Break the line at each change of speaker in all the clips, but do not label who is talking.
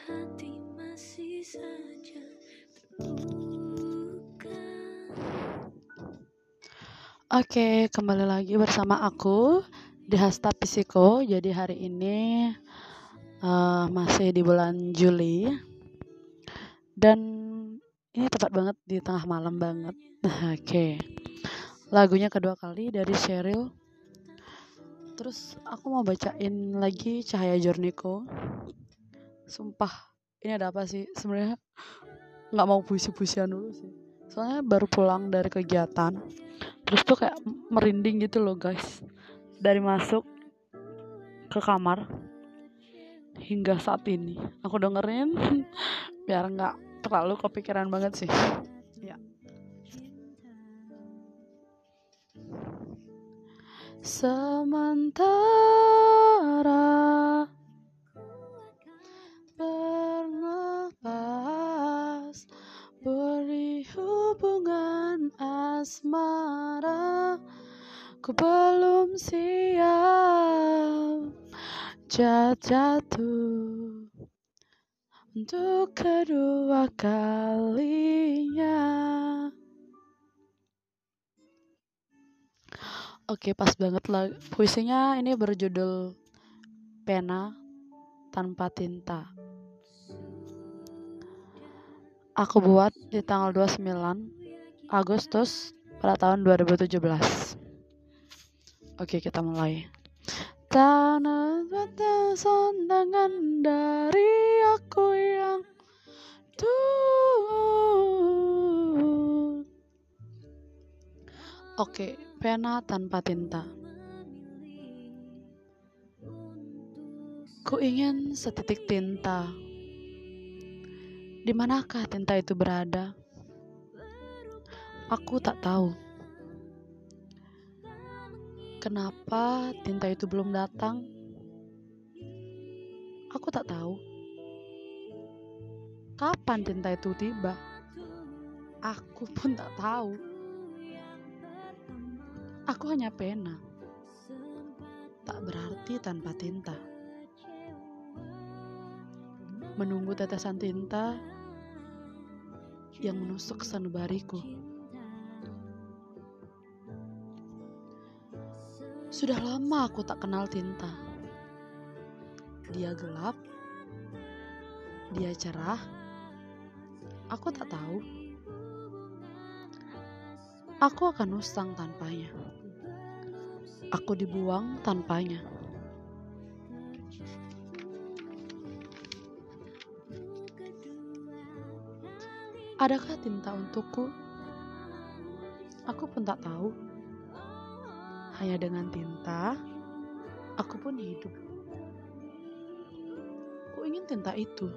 hati masih saja terbuka.
Oke, kembali lagi bersama aku di Hasta Psiko. Jadi hari ini masih di bulan Juli dan ini tepat banget di tengah malam banget. Oke, lagunya kedua kali dari Cheryl. Terus aku mau bacain lagi Cahaya Jorniko. Sumpah, ini ada apa sih? Sebenarnya nggak mau puisi-puisian dulu sih. Soalnya baru pulang dari kegiatan. Terus tuh kayak merinding gitu loh guys. Dari masuk ke kamar hingga saat ini aku dengerin biar nggak terlalu kepikiran banget sih ya. Sementara bernapas beri hubungan asmara, ku belum siap jatuh untuk kedua kalinya. Oke, pas banget lah. Puisinya ini berjudul Pena Tanpa Tinta. Aku buat di tanggal 29 Agustus pada tahun 2017. Oke, kita mulai. Tanah sandangan dari aku yang tuh. Oke, pena tanpa tinta. Ku ingin setitik tinta. Di manakah tinta itu berada? Aku tak tahu. Kenapa tinta itu belum datang? Aku tak tahu. Kapan tinta itu tiba? Aku pun tak tahu. Aku hanya pena. Tak berarti tanpa tinta. Menunggu tetesan tinta yang menusuk sanubariku. Sudah lama aku tak kenal tinta. Dia gelap, dia cerah, aku tak tahu. Aku akan usang tanpanya. Aku dibuang tanpanya. Adakah tinta untukku? Aku pun tak tahu. Hanya dengan tinta, aku pun hidup. Ku ingin tinta itu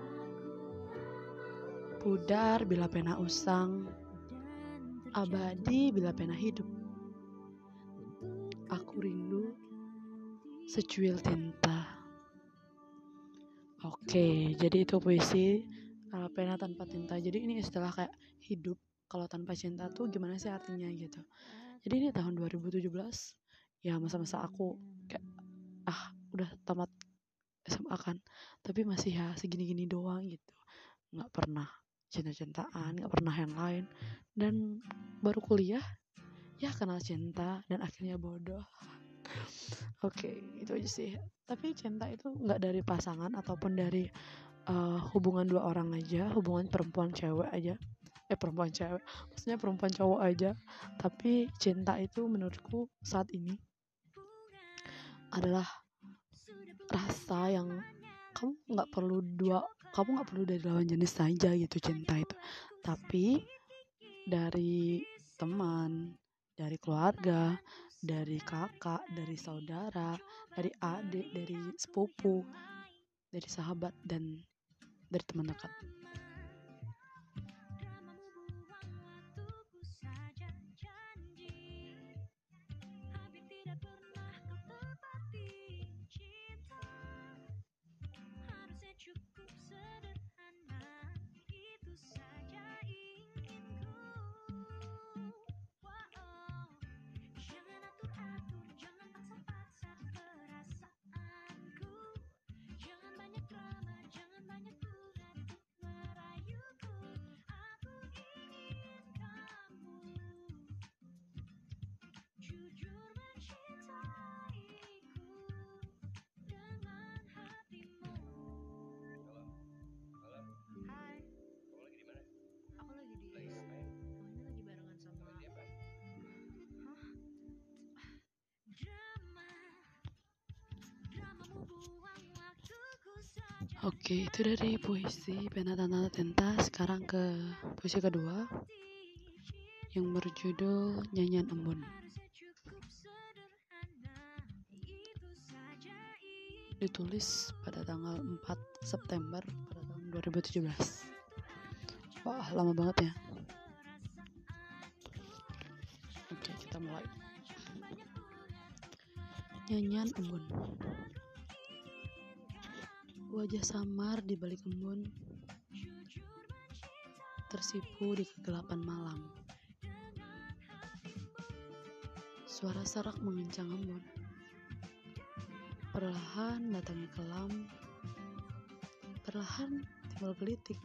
pudar bila pena usang, abadi bila pena hidup. Aku rindu secuil tinta. Oke, jadi itu puisi pena tanpa tinta. Jadi ini istilah kayak hidup. Kalau tanpa cinta tuh gimana sih artinya gitu. Jadi ini tahun 2017, ya masa-masa aku kayak udah tamat SMA kan, tapi masih ya segini-gini doang gitu, nggak pernah cinta-cintaan, nggak pernah yang lain. Dan baru kuliah ya kenal cinta dan akhirnya bodoh. Oke, itu aja sih. Tapi cinta itu nggak dari pasangan ataupun dari hubungan dua orang aja, hubungan perempuan cewek aja, perempuan cewek, maksudnya perempuan cowok aja. Tapi cinta itu menurutku saat ini adalah rasa yang kamu nggak perlu dari lawan jenis saja gitu cinta itu, tapi dari teman, dari keluarga, dari kakak, dari saudara, dari adik, dari sepupu, dari sahabat, dan dari teman dekat. Oke, itu dari puisi Pena Tanta Tenta. Sekarang ke puisi kedua yang berjudul Nyanyian Embun. Ditulis pada tanggal 4 September pada tahun 2017. Wah, lama banget ya. Oke, kita mulai. Nyanyian Embun. Wajah samar di balik embun, tersipu di kegelapan malam. Suara serak mengencang embun. Perlahan datangnya kelam, perlahan timbul gelitik.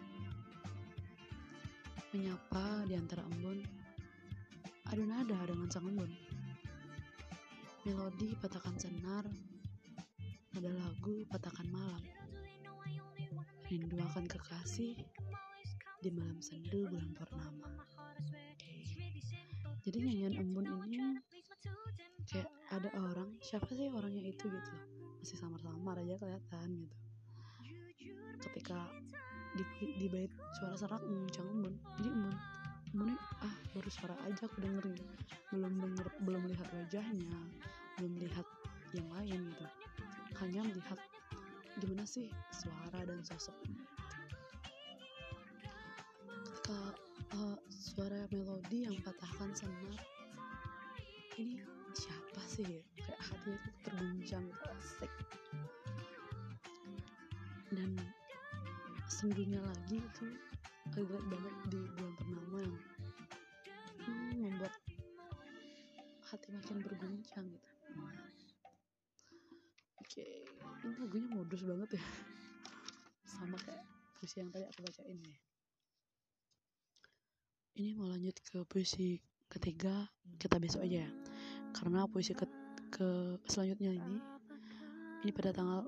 Menyapa di antara embun, adu nada dengan sang embun. Melodi patakan senar, nada lagu patakan malam. Rindu akan kekasih di malam sendu bulan purnama. Jadi nyanyian embun ini kayak ada orang, siapa sih orangnya itu gitu loh, masih samar-samar aja kelihatan gitu. Ketika di bait suara serak menguncang embun, jadi embunnya baru suara aja aku dengerin, belum lihat wajahnya, belum lihat yang lain gitu, hanya melihat gimana sih suara dan sosok. Ketika suara melodi yang patahkan senar, ini siapa sih? Kayak hati itu terguncang, asik. Dan sendunya lagi itu agak banget di bulan purnama yang membuat hati makin berguncang gitu. Oke, ini lagunya modus banget ya, sama kayak puisi yang tadi aku bacain ya. Ini mau lanjut ke puisi ketiga, kita besok aja ya, karena puisi ke selanjutnya ini pada tanggal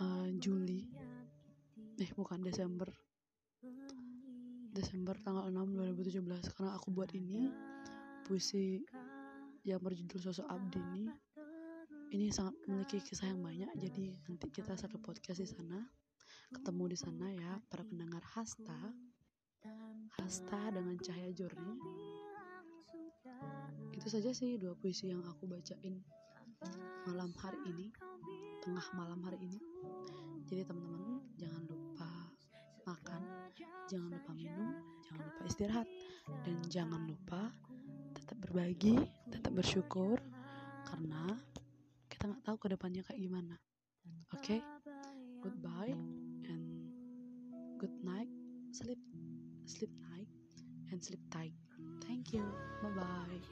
Desember tanggal 6 2017. Karena aku buat ini puisi yang berjudul Sosok Abdi ini sangat memiliki kisah yang banyak, jadi nanti kita satu podcast di sana, ketemu di sana ya para pendengar Hasta dengan Cahaya Journey. Itu saja sih 2 puisi yang aku bacain malam hari ini, tengah malam hari ini. Jadi teman-teman jangan lupa makan, jangan lupa minum, jangan lupa istirahat, dan jangan lupa tetap berbagi, tetap bersyukur, karena kita nggak tahu kedepannya kayak gimana. Oke? Goodbye and good night, sleep night and sleep tight. Thank you, bye bye.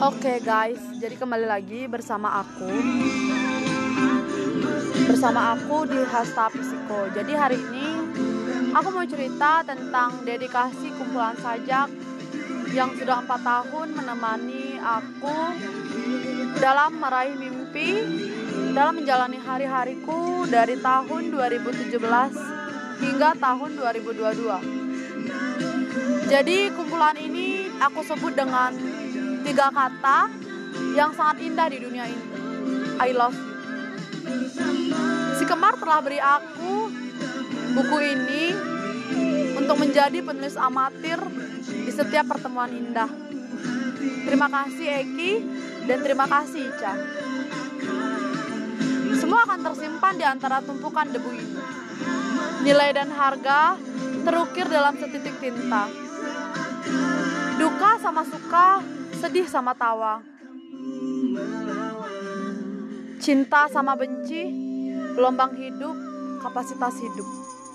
Oke guys, jadi kembali lagi bersama aku di Hasta Psiko. Jadi hari ini aku mau cerita tentang dedikasi kumpulan sajak yang sudah 4 tahun menemani aku dalam meraih mimpi, dalam menjalani hari-hariku dari tahun 2017 hingga tahun 2022. Jadi kumpulan ini aku sebut dengan 3 kata yang sangat indah di dunia ini. I love you. Si Kemar telah beri aku buku ini untuk menjadi penulis amatir di setiap pertemuan indah. Terima kasih Eki dan terima kasih Ica. Semua akan tersimpan di antara tumpukan debu ini. Nilai dan harga terukir dalam setitik tinta. Duka sama suka, sedih sama tawa, cinta sama benci, gelombang hidup, kapasitas hidup.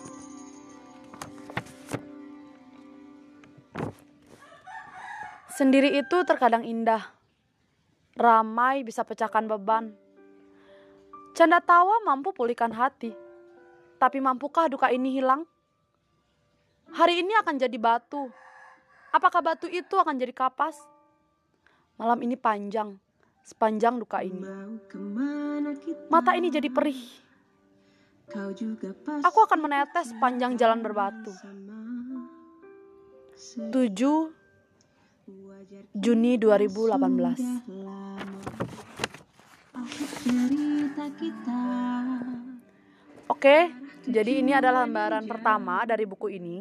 Sendiri itu terkadang indah, ramai bisa pecahkan beban. Canda tawa mampu pulihkan hati, tapi mampukah duka ini hilang? Hari ini akan jadi batu, apakah batu itu akan jadi kapas? Malam ini panjang, sepanjang duka ini. Mata ini jadi perih. Aku akan menetes sepanjang jalan berbatu. 7 Juni 2018. Oke, jadi ini adalah lembaran pertama dari buku ini.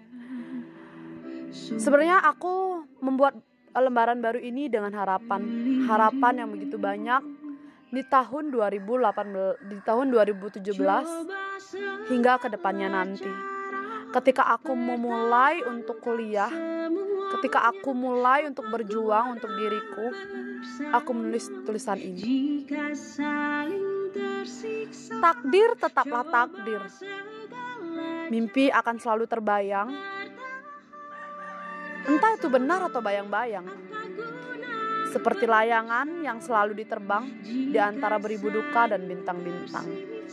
Sebenarnya aku membuat lembaran baru ini dengan harapan yang begitu banyak di tahun 2017 hingga ke depannya nanti. Ketika aku memulai untuk kuliah, ketika aku mulai untuk berjuang untuk diriku, aku menulis tulisan ini. Takdir tetaplah takdir. Mimpi akan selalu terbayang. Entah itu benar atau bayang-bayang. Seperti layangan yang selalu diterbang di antara beribu duka dan bintang-bintang.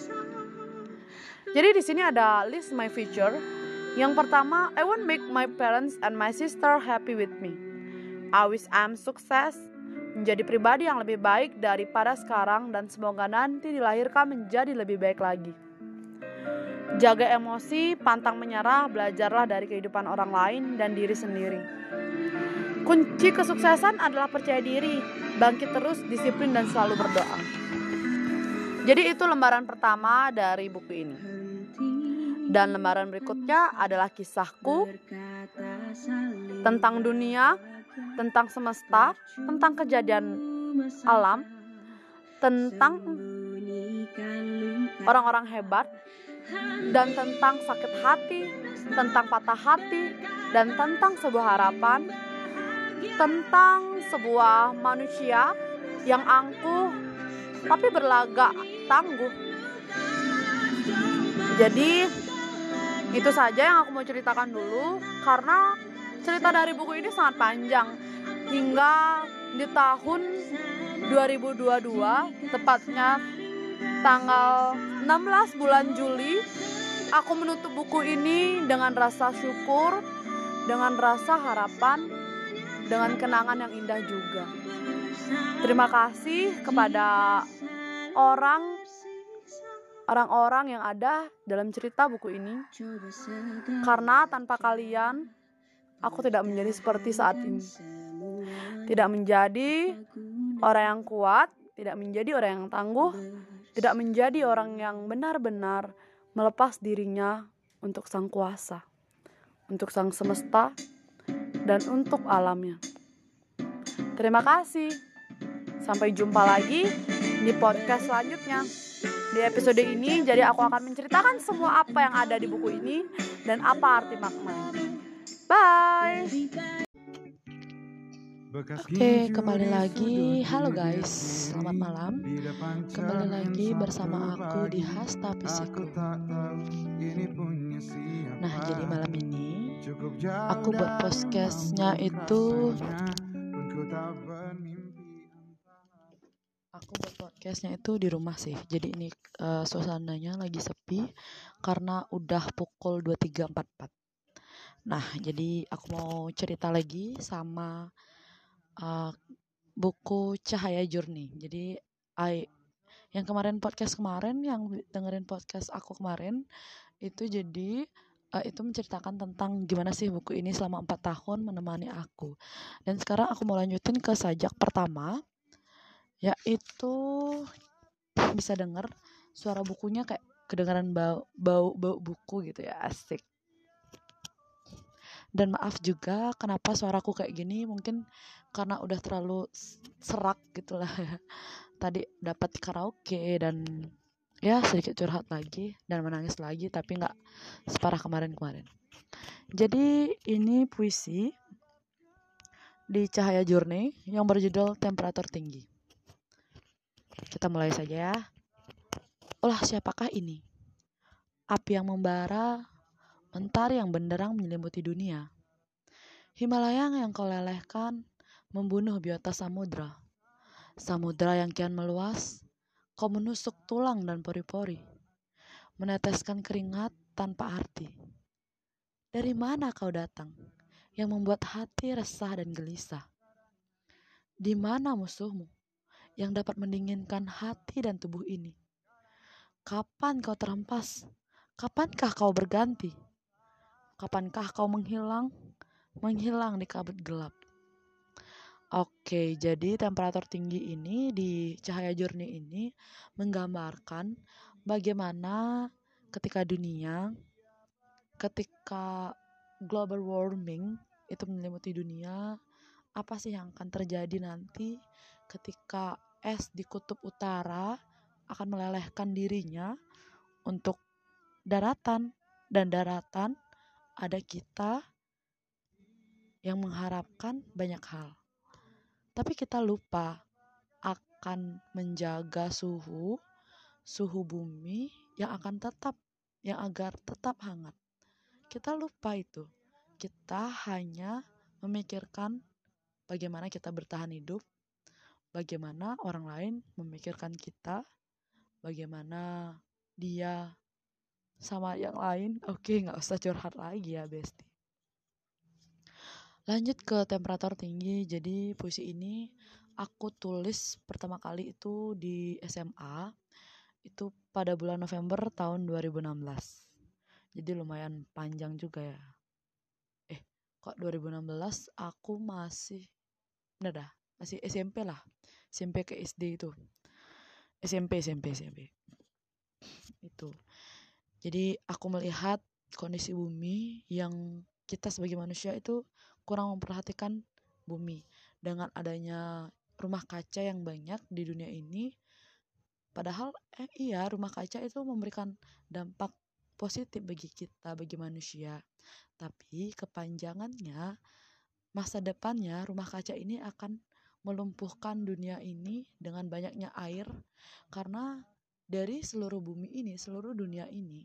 Jadi di sini ada list my future. Yang pertama, I want make my parents and my sister happy with me. I wish I'm sukses, menjadi pribadi yang lebih baik daripada sekarang dan semoga nanti dilahirkan menjadi lebih baik lagi. Jaga emosi, pantang menyerah, belajarlah dari kehidupan orang lain dan diri sendiri. Kunci kesuksesan adalah percaya diri, bangkit terus, disiplin dan selalu berdoa. Jadi itu lembaran pertama dari buku ini. Dan lembaran berikutnya adalah kisahku tentang dunia, tentang semesta, tentang kejadian alam, tentang orang-orang hebat, dan tentang sakit hati, tentang patah hati, dan tentang sebuah harapan, tentang sebuah manusia yang angkuh tapi berlagak tangguh. Jadi itu saja yang aku mau ceritakan dulu, karena cerita dari buku ini sangat panjang. Hingga di tahun 2022, tepatnya tanggal 16 bulan Juli, aku menutup buku ini dengan rasa syukur, dengan rasa harapan, dengan kenangan yang indah juga. Terima kasih kepada orang-orang yang ada dalam cerita buku ini, karena tanpa kalian aku tidak menjadi seperti saat ini, tidak menjadi orang yang kuat, tidak menjadi orang yang tangguh, tidak menjadi orang yang benar-benar melepas dirinya untuk sang kuasa, untuk sang semesta, dan untuk alamnya. Terima kasih. Sampai jumpa lagi di podcast selanjutnya. Di episode ini, jadi aku akan menceritakan semua apa yang ada di buku ini dan apa arti maknanya. Bye. Oke, kembali lagi. Halo guys, selamat malam. Kembali lagi bersama aku di Hasta Psiko. Nah, jadi malam ini aku buat podcastnya itu aku buat podcastnya itu di rumah sih. Jadi ini suasananya lagi sepi karena udah pukul 23.44. Nah, jadi aku mau cerita lagi sama uh, buku Cahaya Journey. Jadi yang dengerin podcast aku kemarin itu jadi itu menceritakan tentang gimana sih buku ini selama 4 tahun menemani aku. Dan sekarang aku mau lanjutin ke sajak pertama, yaitu bisa denger suara bukunya kayak kedengaran bau buku gitu ya, asik. Dan maaf juga kenapa suaraku kayak gini, mungkin karena udah terlalu serak gitulah ya. Tadi dapat karaoke dan ya sedikit curhat lagi dan menangis lagi, tapi nggak separah kemarin-kemarin. Jadi ini puisi di Cahaya Journey yang berjudul Temperatur Tinggi. Kita mulai saja ya. Ulah siapakah ini? Api yang membara, mentari yang benderang menyelimuti dunia. Himalaya yang kau lelehkan, membunuh biota samudra. Samudra yang kian meluas, kau menusuk tulang dan pori-pori. Meneteskan keringat tanpa arti. Dari mana kau datang, yang membuat hati resah dan gelisah? Di mana musuhmu, yang dapat mendinginkan hati dan tubuh ini? Kapan kau terhempas? Kapankah kau berganti? Kapankah kau menghilang di kabut gelap? Oke, jadi temperatur tinggi ini di Cahaya Journey ini menggambarkan bagaimana ketika global warming itu menyelimuti dunia, apa sih yang akan terjadi nanti ketika es di kutub utara akan melelehkan dirinya untuk daratan, dan daratan ada kita yang mengharapkan banyak hal. Tapi kita lupa akan menjaga suhu bumi yang agar tetap hangat. Kita lupa itu. Kita hanya memikirkan bagaimana kita bertahan hidup, bagaimana orang lain memikirkan kita, bagaimana dia sama yang lain. Oke, gak usah curhat lagi ya Besti. Lanjut ke temperatur tinggi. Jadi puisi ini aku tulis pertama kali itu di SMA. Itu pada bulan November tahun 2016. Jadi lumayan panjang juga ya. Kok 2016 aku masih SMP lah. SMP ke SD itu. SMP. Itu. Jadi aku melihat kondisi bumi yang kita sebagai manusia itu kurang memperhatikan bumi. Dengan adanya rumah kaca yang banyak di dunia ini, padahal rumah kaca itu memberikan dampak positif bagi kita, bagi manusia. Tapi kepanjangannya, masa depannya rumah kaca ini akan melumpuhkan dunia ini dengan banyaknya air, karena dari seluruh dunia ini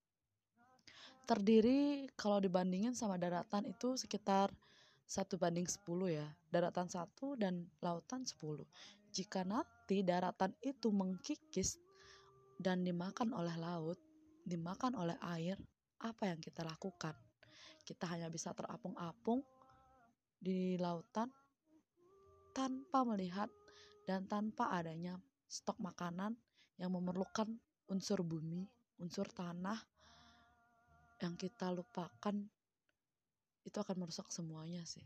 terdiri, kalau dibandingin sama daratan itu sekitar 1:10 ya. Daratan 1 dan lautan 10. Jika nanti daratan itu mengkikis dan dimakan oleh laut, dimakan oleh air, apa yang kita lakukan? Kita hanya bisa terapung-apung di lautan tanpa melihat dan tanpa adanya stok makanan yang memerlukan unsur bumi, unsur tanah yang kita lupakan. Itu akan merusak semuanya sih.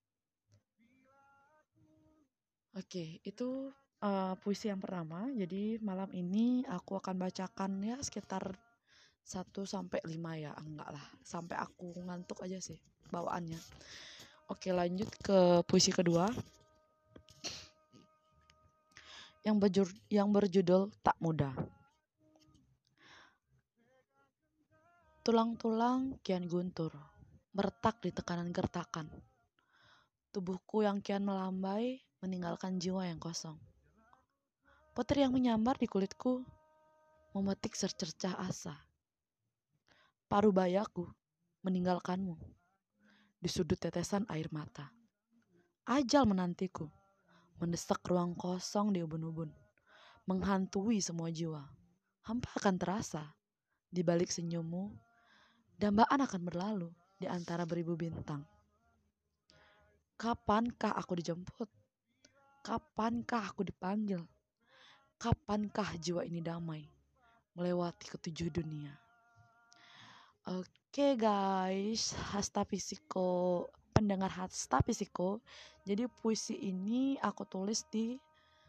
Oke, itu puisi yang pertama. Jadi malam ini aku akan bacakan ya sekitar 1-5 ya. Enggak lah, sampai aku ngantuk aja sih bawaannya. Oke, lanjut ke puisi kedua yang berjudul Tak Mudah. Tulang-tulang kian guntur, meretak di tekanan gertakan. Tubuhku yang kian melambai meninggalkan jiwa yang kosong. Petir yang menyambar di kulitku memetik secercah asa. Paruh bayaku meninggalkanmu di sudut tetesan air mata. Ajal menantiku, mendesak ruang kosong di ubun-ubun. menghantui semua jiwa. Hampa akan terasa di balik senyummu, dambaan akan berlalu di antara beribu bintang. Kapankah aku dijemput? Kapankah aku dipanggil? Kapankah jiwa ini damai melewati ketujuh dunia? Oke guys, Hasta Pisiko, pendengar Hasta Pisiko. Jadi puisi ini aku tulis di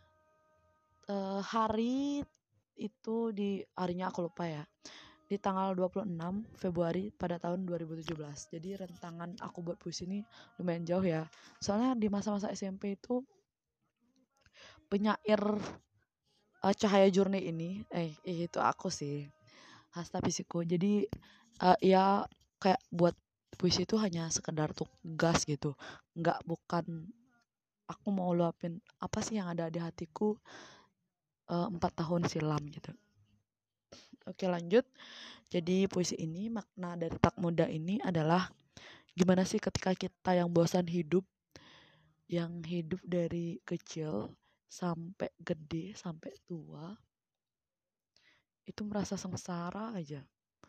hari itu, di harinya aku lupa ya, di tanggal 26 Februari pada tahun 2017. Jadi rentangan aku buat puisi ini lumayan jauh ya, soalnya di masa-masa SMP itu penyair Cahaya Journey ini itu aku sih, Hasta Pisiko. Jadi ya kayak buat puisi itu hanya sekedar tugas gitu, bukan aku mau luapin apa sih yang ada di hatiku 4 tahun silam gitu. Oke lanjut. Jadi puisi ini, makna dari tak muda ini adalah gimana sih ketika kita yang bosan hidup, yang hidup dari kecil sampai gede sampai tua itu merasa sengsara aja,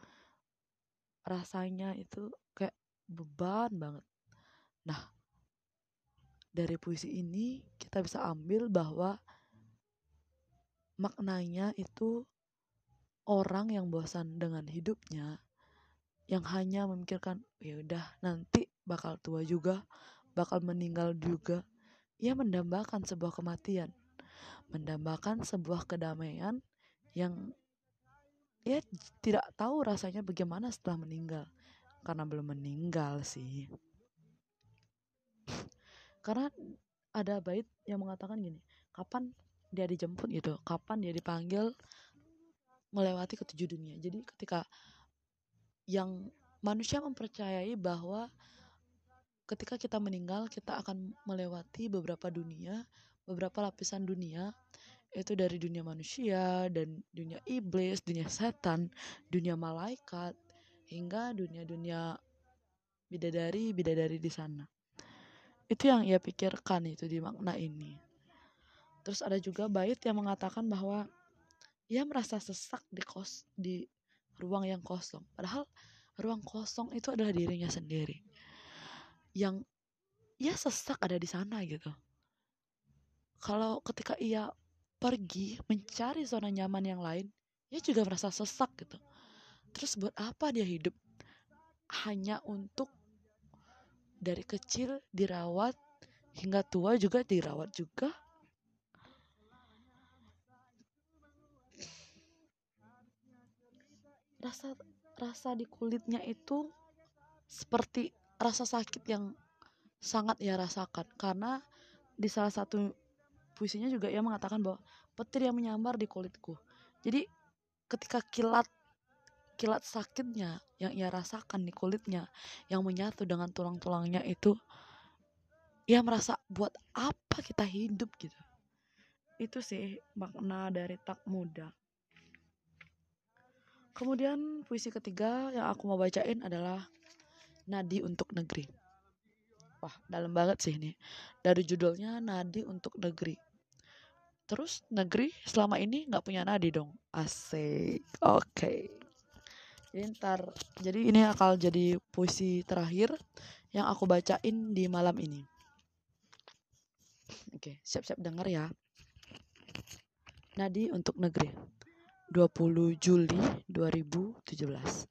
rasanya itu kayak beban banget. Nah, dari puisi ini kita bisa ambil bahwa maknanya itu orang yang bosan dengan hidupnya, yang hanya memikirkan ya udah nanti bakal tua juga, bakal meninggal juga, ia mendambakan sebuah kematian, mendambakan sebuah kedamaian yang ia tidak tahu rasanya bagaimana setelah meninggal, karena belum meninggal sih. Karena ada bait yang mengatakan gini, kapan dia dijemput gitu, kapan dia dipanggil melewati ketujuh dunia. Jadi ketika yang manusia mempercayai bahwa ketika kita meninggal kita akan melewati beberapa dunia, beberapa lapisan dunia, itu dari dunia manusia dan dunia iblis, dunia setan, dunia malaikat, hingga dunia-dunia bidadari di sana. Itu yang ia pikirkan itu di makna ini. Terus ada juga bait yang mengatakan bahwa ia merasa sesak di ruang yang kosong. Padahal ruang kosong itu adalah dirinya sendiri. Yang ia sesak ada di sana gitu. Kalau ketika ia pergi mencari zona nyaman yang lain, ia juga merasa sesak gitu. Terus buat apa dia hidup? Hanya untuk dari kecil dirawat hingga tua juga dirawat juga. Rasa di kulitnya itu seperti rasa sakit yang sangat ia rasakan, karena di salah satu puisinya juga ia mengatakan bahwa petir yang menyambar di kulitku. Jadi ketika kilat sakitnya yang ia rasakan di kulitnya yang menyatu dengan tulang-tulangnya itu, ia merasa buat apa kita hidup gitu. Itu sih makna dari tak muda. Kemudian puisi ketiga yang aku mau bacain adalah Nadi untuk Negeri. Wah, dalam banget sih ini. Dari judulnya Nadi untuk Negeri. Terus negeri selama ini gak punya nadi dong. Asik. Oke. Jadi ini akan jadi puisi terakhir yang aku bacain di malam ini. Oke, siap-siap dengar ya. Nadi untuk Negeri, 20 Juli 2017.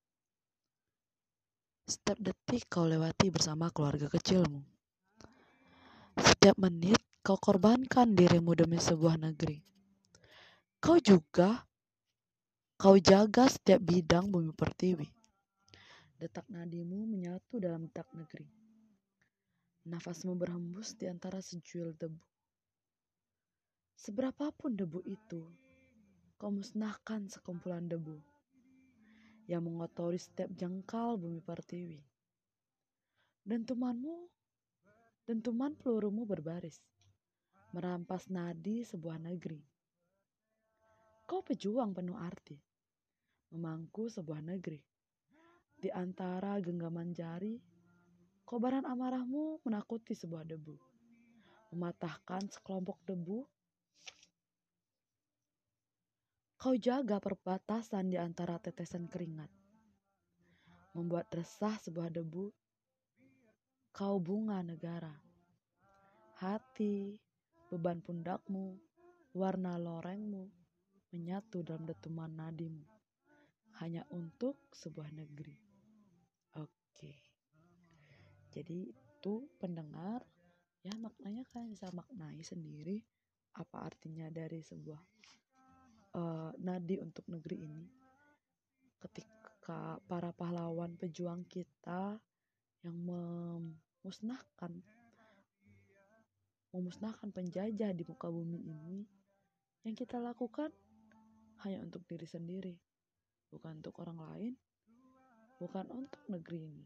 Setiap detik kau lewati bersama keluarga kecilmu. Setiap menit kau korbankan dirimu demi sebuah negeri. Kau jaga setiap bidang bumi pertiwi. Detak nadimu menyatu dalam detak negeri. Nafasmu berhembus di antara sejuil debu. Seberapapun debu itu, kau musnahkan sekumpulan debu yang mengotori setiap jengkal bumi pertiwi. Dentuman pelurumu berbaris, merampas nadi sebuah negeri. Kau pejuang penuh arti, memangku sebuah negeri. Di antara genggaman jari, kobaran amarahmu menakuti sebuah debu, mematahkan sekelompok debu Kau jaga perbatasan di antara tetesan keringat. Membuat resah sebuah debu. Kau bunga negara. Hati, beban pundakmu, warna lorengmu menyatu dalam dentuman nadimu. Hanya untuk sebuah negeri. Oke. Jadi itu pendengar, ya maknanya kalian bisa maknai sendiri apa artinya dari sebuah nadi untuk negeri ini. Ketika para pahlawan pejuang kita yang memusnahkan penjajah di muka bumi ini, yang kita lakukan hanya untuk diri sendiri, bukan untuk orang lain, bukan untuk negeri ini.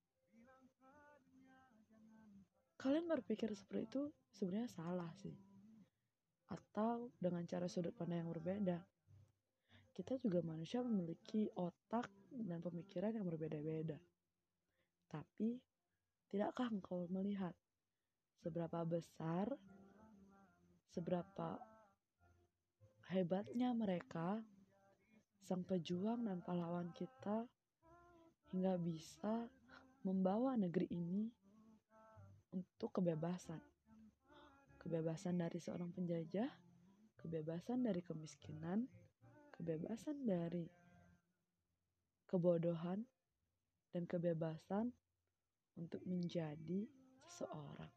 Kalian berpikir seperti itu sebenarnya salah sih, atau dengan cara sudut pandang yang berbeda. Kita juga manusia memiliki otak dan pemikiran yang berbeda-beda. Tapi, tidakkah engkau melihat seberapa besar, seberapa hebatnya mereka, sang pejuang dan pahlawan kita, hingga bisa membawa negeri ini untuk kebebasan. Kebebasan dari seorang penjajah, kebebasan dari kemiskinan, kebebasan dari kebodohan, dan kebebasan untuk menjadi seseorang.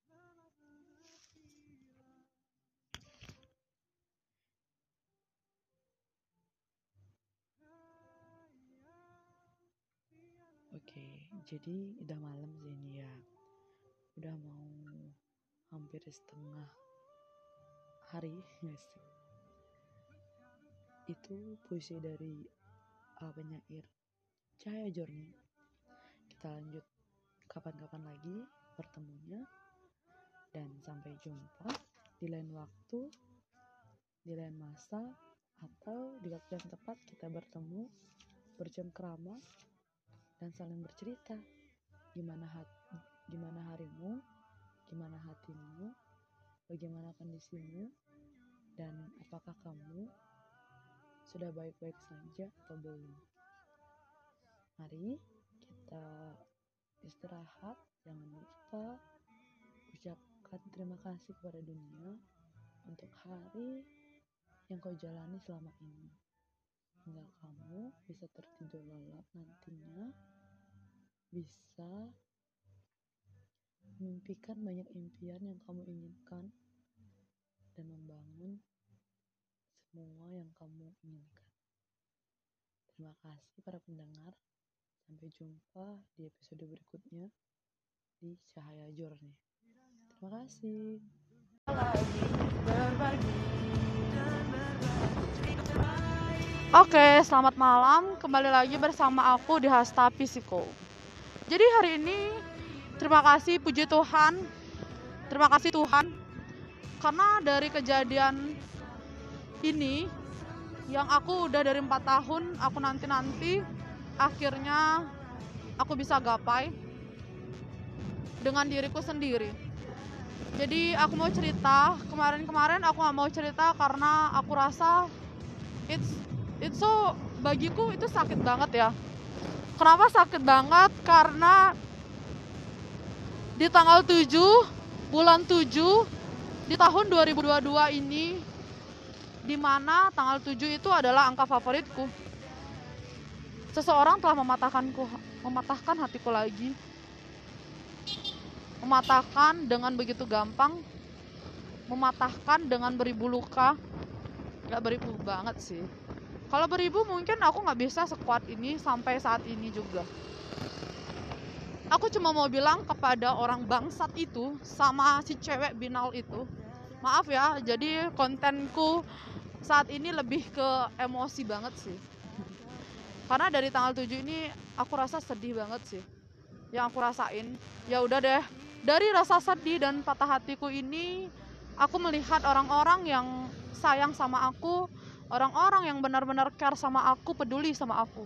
Oke, jadi udah malam sih ini ya. Udah mau hampir setengah hari, yes. Itu puisi dari penyair Cahaya Journey. Kita lanjut kapan-kapan lagi bertemunya, dan sampai jumpa di lain waktu, di lain masa, atau di waktu yang tepat kita bertemu, bercengkrama, dan saling bercerita. Gimana harimu, gimana hatimu, bagaimana kondisimu, dan apakah kamu sudah baik-baik saja atau belum. Mari kita istirahat, jangan lupa ucapkan terima kasih kepada dunia untuk hari yang kau jalani selama ini, hingga kamu bisa tertidur lelap nantinya, bisa memimpikan banyak impian yang kamu inginkan, dan membangun semua yang kamu inginkan. Terima kasih para pendengar. Sampai jumpa di episode berikutnya di Cahaya Journey. Terima kasih. Oke, selamat malam. Kembali lagi bersama aku di Hasta Psiko. Jadi hari ini terima kasih, puji Tuhan. Terima kasih Tuhan. Karena dari kejadian ini yang aku udah dari 4 tahun aku nanti akhirnya aku bisa gapai dengan diriku sendiri. Jadi aku mau cerita, kemarin aku gak mau cerita karena aku rasa it's so, bagiku itu sakit banget ya. Kenapa sakit banget? Karena di tanggal 7 bulan 7 di tahun 2022 ini, di mana tanggal 7 itu adalah angka favoritku. Seseorang telah mematahkan hatiku lagi. Mematahkan dengan begitu gampang, mematahkan dengan beribu luka. Gak beribu banget sih. Kalau beribu mungkin aku gak bisa sekuat ini sampai saat ini juga. Aku cuma mau bilang kepada orang bangsat itu sama si cewek binal itu, maaf ya, jadi kontenku saat ini lebih ke emosi banget sih. Karena dari tanggal 7 ini aku rasa sedih banget sih. Yang aku rasain, ya udah deh, dari rasa sedih dan patah hatiku ini, aku melihat orang-orang yang sayang sama aku, orang-orang yang benar-benar care sama aku, peduli sama aku.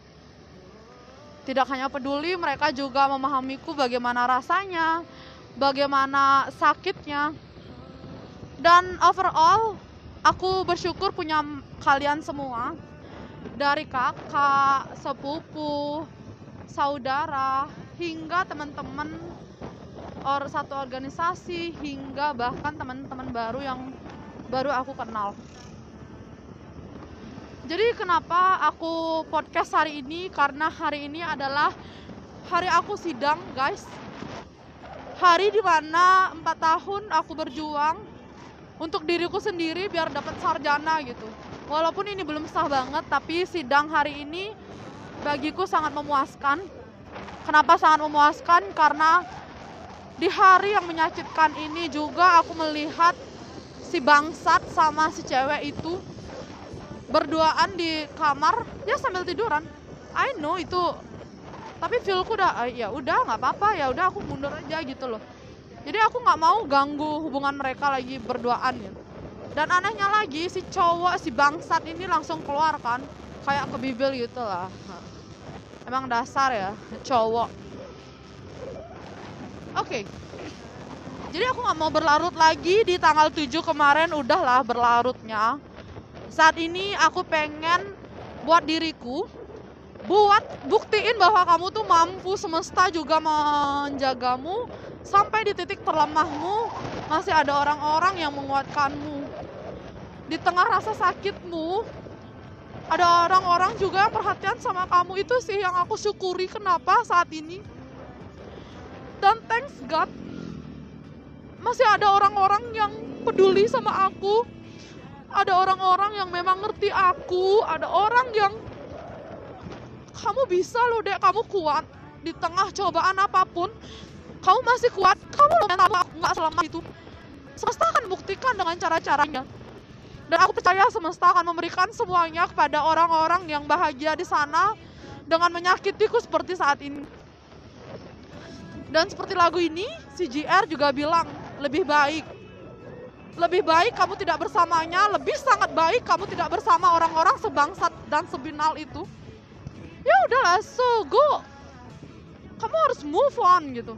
Tidak hanya peduli, mereka juga memahamiku bagaimana rasanya, bagaimana sakitnya. Dan overall,
Aku bersyukur punya kalian semua, dari kakak, sepupu, saudara, hingga teman-teman satu organisasi, hingga bahkan teman-teman baru yang baru aku kenal. Jadi kenapa aku podcast hari ini? Karena hari ini adalah hari aku sidang, guys. Hari dimana 4 tahun aku berjuang untuk diriku sendiri biar dapat sarjana gitu. Walaupun ini belum sah banget, tapi sidang hari ini bagiku sangat memuaskan. Kenapa sangat memuaskan? Karena di hari yang menyakitkan ini juga aku melihat si bangsat sama si cewek itu berduaan di kamar, ya sambil tiduran. I know itu, tapi feelku udah ya udah nggak apa-apa, ya udah aku mundur aja gitu loh. Jadi aku nggak mau ganggu hubungan mereka lagi berduaan ya. Dan anehnya lagi si cowok, si bangsat ini langsung keluar kan, kayak kebibil gitu lah. Emang dasar ya cowok. Oke. Jadi aku nggak mau berlarut lagi di tanggal 7 kemarin, udahlah berlarutnya. Saat ini aku pengen buat diriku, buat buktiin bahwa kamu tuh mampu, semesta juga menjagamu. Sampai di titik terlemahmu masih ada orang-orang yang menguatkanmu. Di tengah rasa sakitmu ada orang-orang juga yang perhatian sama kamu. Itu sih yang aku syukuri kenapa saat ini. Dan thanks God masih ada orang-orang yang peduli sama aku. Ada orang-orang yang memang ngerti aku. Ada orang yang kamu bisa loh dek, kamu kuat. Di tengah cobaan apapun kamu masih kuat, kamu loh mental aku gak selama itu. Semesta akan buktikan dengan cara-caranya. Dan aku percaya semesta akan memberikan semuanya kepada orang-orang yang bahagia di sana dengan menyakitiku seperti saat ini. Dan seperti lagu ini, si JR juga bilang, lebih baik kamu tidak bersamanya, lebih sangat baik kamu tidak bersama orang-orang sebangsat dan sebinal itu. Ya udahlah, so go. Kamu harus move on gitu.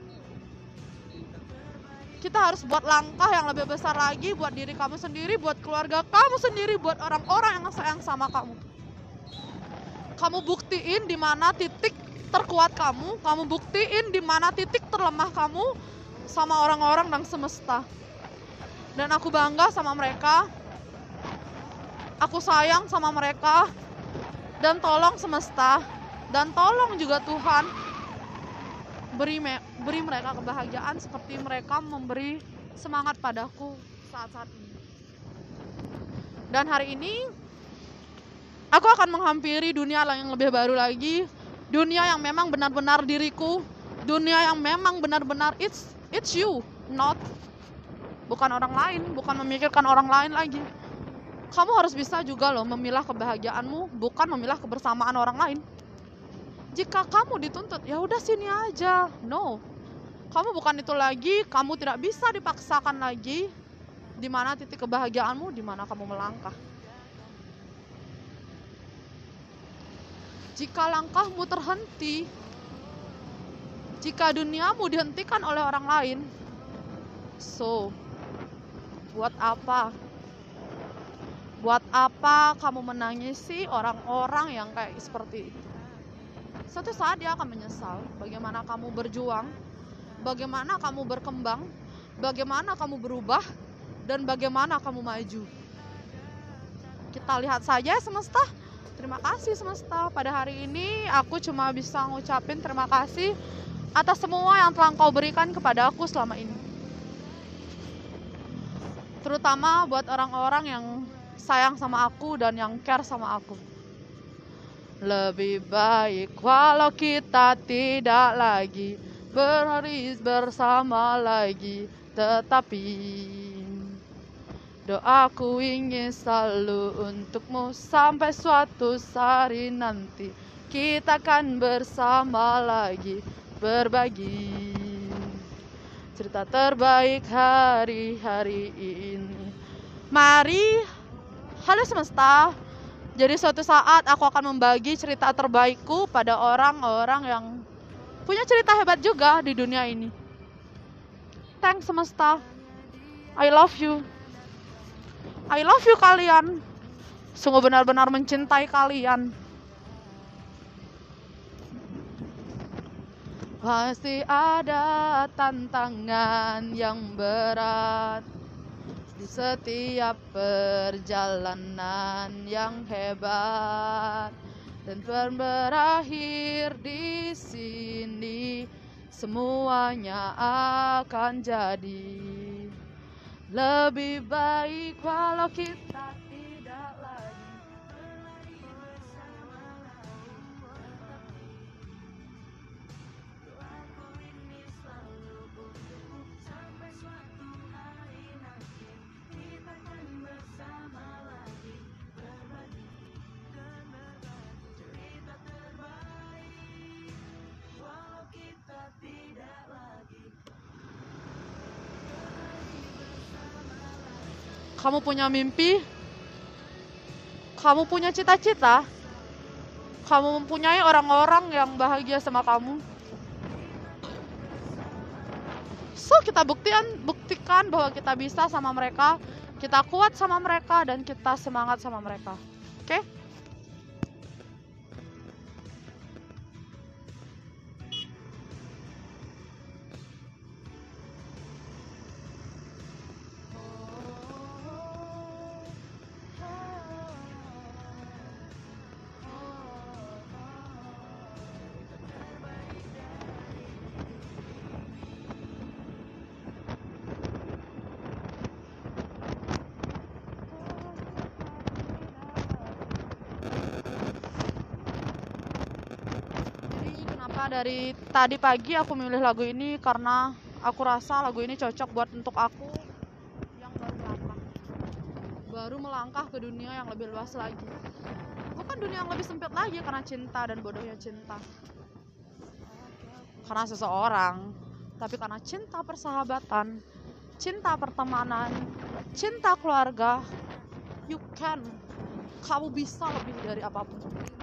Kita harus buat langkah yang lebih besar lagi buat diri kamu sendiri, buat keluarga kamu sendiri, buat orang-orang yang sayang sama kamu. Kamu buktiin di mana titik terkuat kamu buktiin di mana titik terlemah kamu sama orang-orang dan semesta. Dan aku bangga sama mereka. Aku sayang sama mereka. Dan tolong semesta, dan tolong juga Tuhan, beri mereka kebahagiaan seperti mereka memberi semangat padaku saat-saat ini. Dan hari ini aku akan menghampiri dunia yang lebih baru lagi, dunia yang memang benar-benar diriku, dunia yang memang benar-benar it's you, not bukan orang lain, bukan memikirkan orang lain lagi. Kamu harus bisa juga loh memilah kebahagiaanmu, bukan memilah kebersamaan orang lain. Jika kamu dituntut, ya udah sini aja. No, kamu bukan itu lagi. Kamu tidak bisa dipaksakan lagi. Di mana titik kebahagiaanmu, di mana kamu melangkah. Jika langkahmu terhenti, jika duniamu dihentikan oleh orang lain, so buat apa? Buat apa kamu menangisi orang-orang yang kayak seperti itu? Suatu saat dia akan menyesal bagaimana kamu berjuang, bagaimana kamu berkembang, bagaimana kamu berubah, dan bagaimana kamu maju. Kita lihat saja semesta. Terima kasih semesta. Pada hari ini aku cuma bisa ngucapin terima kasih atas semua yang telah kau berikan kepada aku selama ini. Terutama buat orang-orang yang sayang sama aku dan yang care sama aku. Lebih baik walau kita tidak lagi berbaris bersama lagi, tetapi doaku ingin selalu untukmu sampai suatu hari nanti kita akan bersama lagi berbagi cerita terbaik hari-hari ini. Mari, halo semesta. Jadi suatu saat aku akan membagi cerita terbaikku pada orang-orang yang punya cerita hebat juga di dunia ini. Thanks semesta. I love you. I love you kalian. Sungguh benar-benar mencintai kalian. Pasti ada tantangan yang berat di setiap perjalanan yang hebat, dan berakhir di sini semuanya akan jadi lebih baik walau kita tidak lagi. Kamu punya mimpi, kamu punya cita-cita, kamu mempunyai orang-orang yang bahagia sama kamu. So kita buktikan bahwa kita bisa sama mereka, kita kuat sama mereka, dan kita semangat sama mereka. Oke? Dari tadi pagi aku memilih lagu ini karena aku rasa lagu ini cocok buat untuk aku yang baru melangkah ke dunia yang lebih luas lagi. Bukan dunia yang lebih sempit lagi karena cinta dan bodohnya cinta karena seseorang, tapi karena cinta persahabatan, cinta pertemanan, cinta keluarga. Kamu bisa lebih dari apapun.